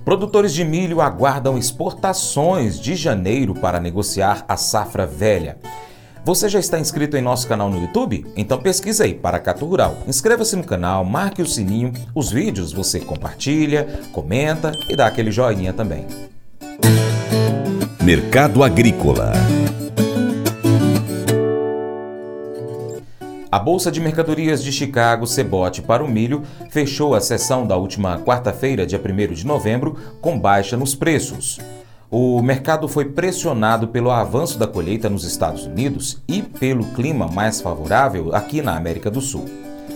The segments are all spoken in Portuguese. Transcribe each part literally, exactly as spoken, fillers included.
Produtores de milho aguardam exportações de janeiro para negociar a safra velha. Você já está inscrito em nosso canal no YouTube? Então pesquisa aí, Paracatu Rural. Inscreva-se no canal, marque o sininho, os vídeos você compartilha, comenta e dá aquele joinha também. Mercado Agrícola. A Bolsa de Mercadorias de Chicago, Cebote para o milho, fechou a sessão da última quarta-feira, dia primeiro de novembro, com baixa nos preços. O mercado foi pressionado pelo avanço da colheita nos Estados Unidos e pelo clima mais favorável aqui na América do Sul.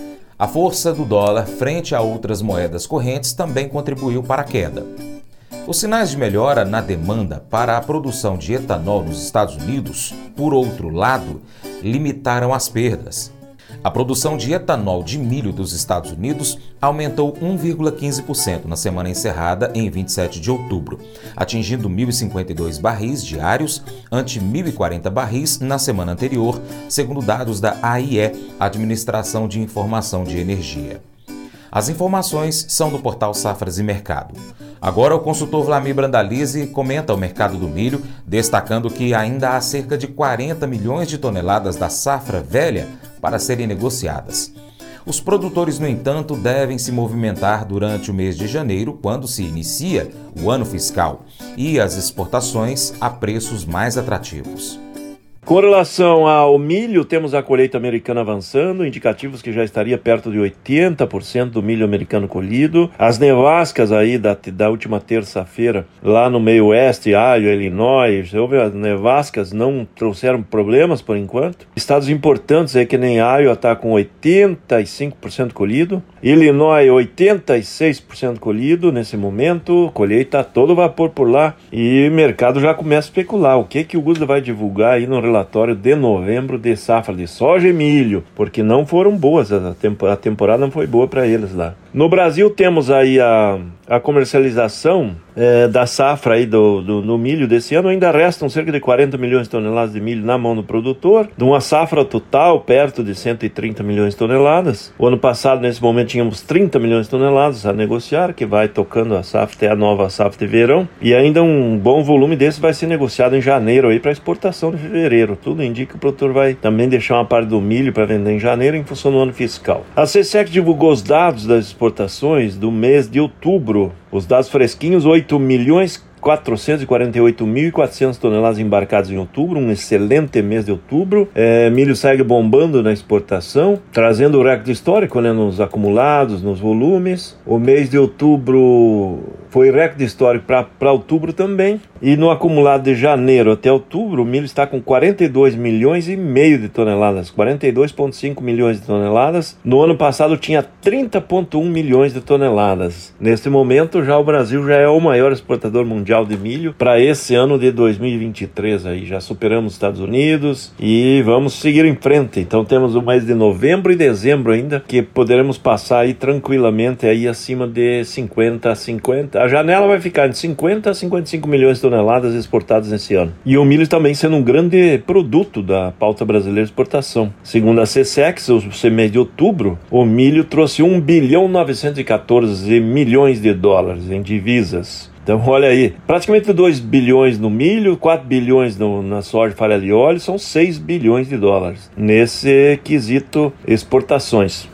A força do dólar frente a outras moedas correntes também contribuiu para a queda. Os sinais de melhora na demanda para a produção de etanol nos Estados Unidos, por outro lado, limitaram as perdas. A produção de etanol de milho dos Estados Unidos aumentou um vírgula quinze por cento na semana encerrada em vinte e sete de outubro, atingindo mil e cinquenta e dois barris diários ante mil e quarenta barris na semana anterior, segundo dados da A I E, Administração de Informação de Energia. As informações são do portal Safras e Mercado. Agora o consultor Vlamir Brandalize comenta o mercado do milho, destacando que ainda há cerca de quarenta milhões de toneladas da safra velha para serem negociadas. Os produtores, no entanto, devem se movimentar durante o mês de janeiro, quando se inicia o ano fiscal, e as exportações a preços mais atrativos. Com relação ao milho, temos a colheita americana avançando, indicativos que já estaria perto de oitenta por cento do milho americano colhido. As nevascas aí da, da última terça-feira, lá no meio oeste, Iowa, Illinois, houve as nevascas, não trouxeram problemas por enquanto. Estados importantes aí que nem Iowa está com oitenta e cinco por cento colhido. Illinois, oitenta e seis por cento colhido nesse momento, colheita a todo vapor por lá e o mercado já começa a especular. O que, que o U S D A vai divulgar aí no relatório de novembro de safra de soja e milho, porque não foram boas, a, tempo, a temporada não foi boa para eles lá. No Brasil temos aí a, a comercialização é, da safra aí do, do, do milho desse ano. Ainda restam cerca de quarenta milhões de toneladas de milho na mão do produtor, de uma safra total perto de cento e trinta milhões de toneladas. O ano passado, nesse momento, tínhamos trinta milhões de toneladas a negociar, que vai tocando a safra até a nova safra de verão, e ainda um bom volume desse vai ser negociado em janeiro aí para exportação de fevereiro. Tudo indica que o produtor vai também deixar uma parte do milho para vender em janeiro em função do ano fiscal. A SECEX divulgou os dados das exportações do mês de outubro. Os dados fresquinhos, oito milhões quatrocentos e quarenta e oito mil e quatrocentas toneladas embarcadas em outubro, um excelente mês de outubro. É, milho segue bombando na exportação, trazendo o recorde histórico, né, nos acumulados, nos volumes. O mês de outubro foi recorde histórico para outubro também. E no acumulado de janeiro até outubro, o milho está com quarenta e dois milhões e meio de toneladas, quarenta e dois vírgula cinco milhões de toneladas. No ano passado tinha trinta vírgula um milhões de toneladas. Neste momento, já o Brasil já é o maior exportador mundial de milho para esse ano de dois mil e vinte e três. Aí já superamos os Estados Unidos e vamos seguir em frente. Então temos o mês de novembro e dezembro ainda, que poderemos passar aí tranquilamente aí acima de cinquenta a cinquenta. A janela vai ficar de cinquenta a cinquenta e cinco milhões de toneladas exportadas nesse ano. E o milho também sendo um grande produto da pauta brasileira de exportação. Segundo a SECEX, o mês de outubro, o milho trouxe um bilhão novecentos e quatorze milhões de dólares em divisas. Então, olha aí, praticamente dois bilhões no milho, quatro bilhões no, na soja, farelo e óleo, são seis bilhões de dólares nesse quesito exportações.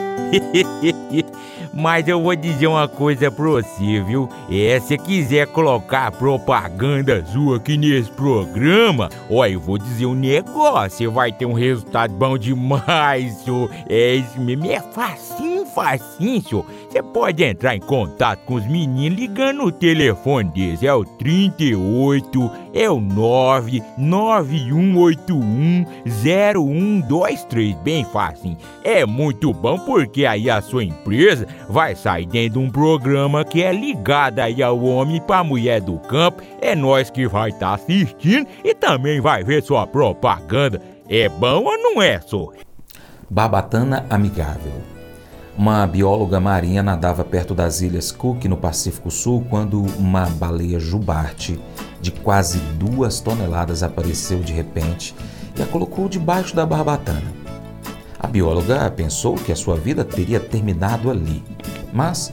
Mas eu vou dizer uma coisa pra você, viu? É, se quiser colocar propaganda sua aqui nesse programa, ó, eu vou dizer um negócio, você vai ter um resultado bom demais, senhor. É isso mesmo, é facinho, facinho, senhor. Você pode entrar em contato com os meninos ligando o telefone deles, é o trinta e oito, é o nove nove um oito um zero um dois três, bem facinho. É muito bom porque aí a sua empresa vai sair dentro de um programa que é ligado aí ao homem pra mulher do campo. É nós que vai estar tá assistindo e também vai ver sua propaganda. É bom ou não é, só? Barbatana amigável. Uma bióloga marinha nadava perto das ilhas Cook, no Pacífico Sul, quando uma baleia jubarte de quase duas toneladas apareceu de repente e a colocou debaixo da barbatana. A bióloga pensou que a sua vida teria terminado ali, mas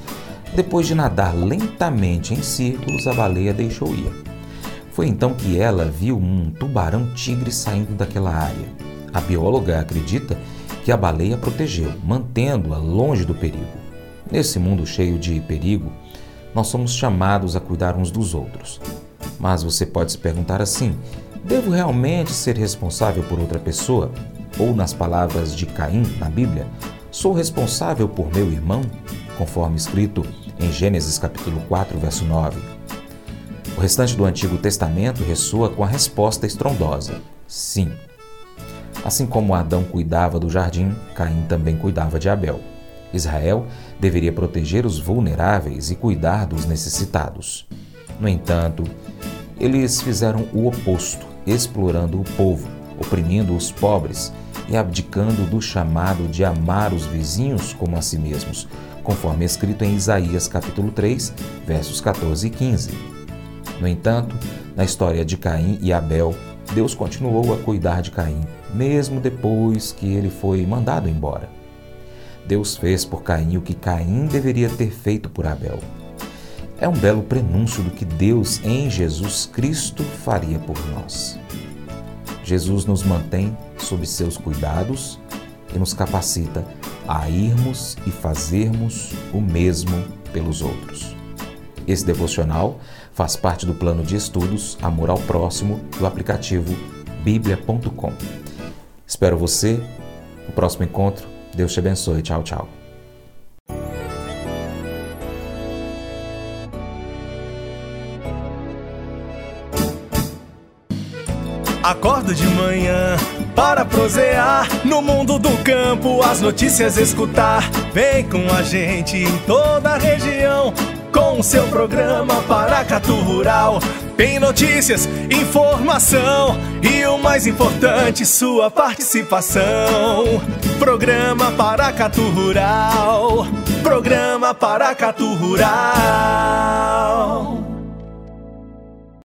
Depois de nadar lentamente em círculos, a baleia deixou ir. Foi então que ela viu um tubarão-tigre saindo daquela área. A bióloga acredita que a baleia protegeu, mantendo-a longe do perigo. Nesse mundo cheio de perigo, nós somos chamados a cuidar uns dos outros. Mas você pode se perguntar assim: devo realmente ser responsável por outra pessoa? Ou, nas palavras de Caim na Bíblia, sou responsável por meu irmão? Conforme escrito em Gênesis capítulo quatro, verso nove. O restante do Antigo Testamento ressoa com a resposta estrondosa: sim. Assim como Adão cuidava do jardim, Caim também cuidava de Abel. Israel deveria proteger os vulneráveis e cuidar dos necessitados. No entanto, eles fizeram o oposto, explorando o povo, oprimindo os pobres e abdicando do chamado de amar os vizinhos como a si mesmos, conforme escrito em Isaías capítulo três, versos quatorze e quinze. No entanto, na história de Caim e Abel, Deus continuou a cuidar de Caim, mesmo depois que ele foi mandado embora. Deus fez por Caim o que Caim deveria ter feito por Abel. É um belo prenúncio do que Deus em Jesus Cristo faria por nós. Jesus nos mantém sob seus cuidados e nos capacita a irmos e fazermos o mesmo pelos outros. Esse devocional faz parte do plano de estudos Amor ao Próximo do aplicativo bíblia ponto com. Espero você no próximo encontro. Deus te abençoe. Tchau, tchau. Acordo de manhã para prosear no mundo do campo, as notícias escutar. Vem com a gente em toda a região com o seu programa Paracatu Rural. Tem notícias, informação e o mais importante, sua participação. Programa Paracatu Rural. Programa Paracatu Rural.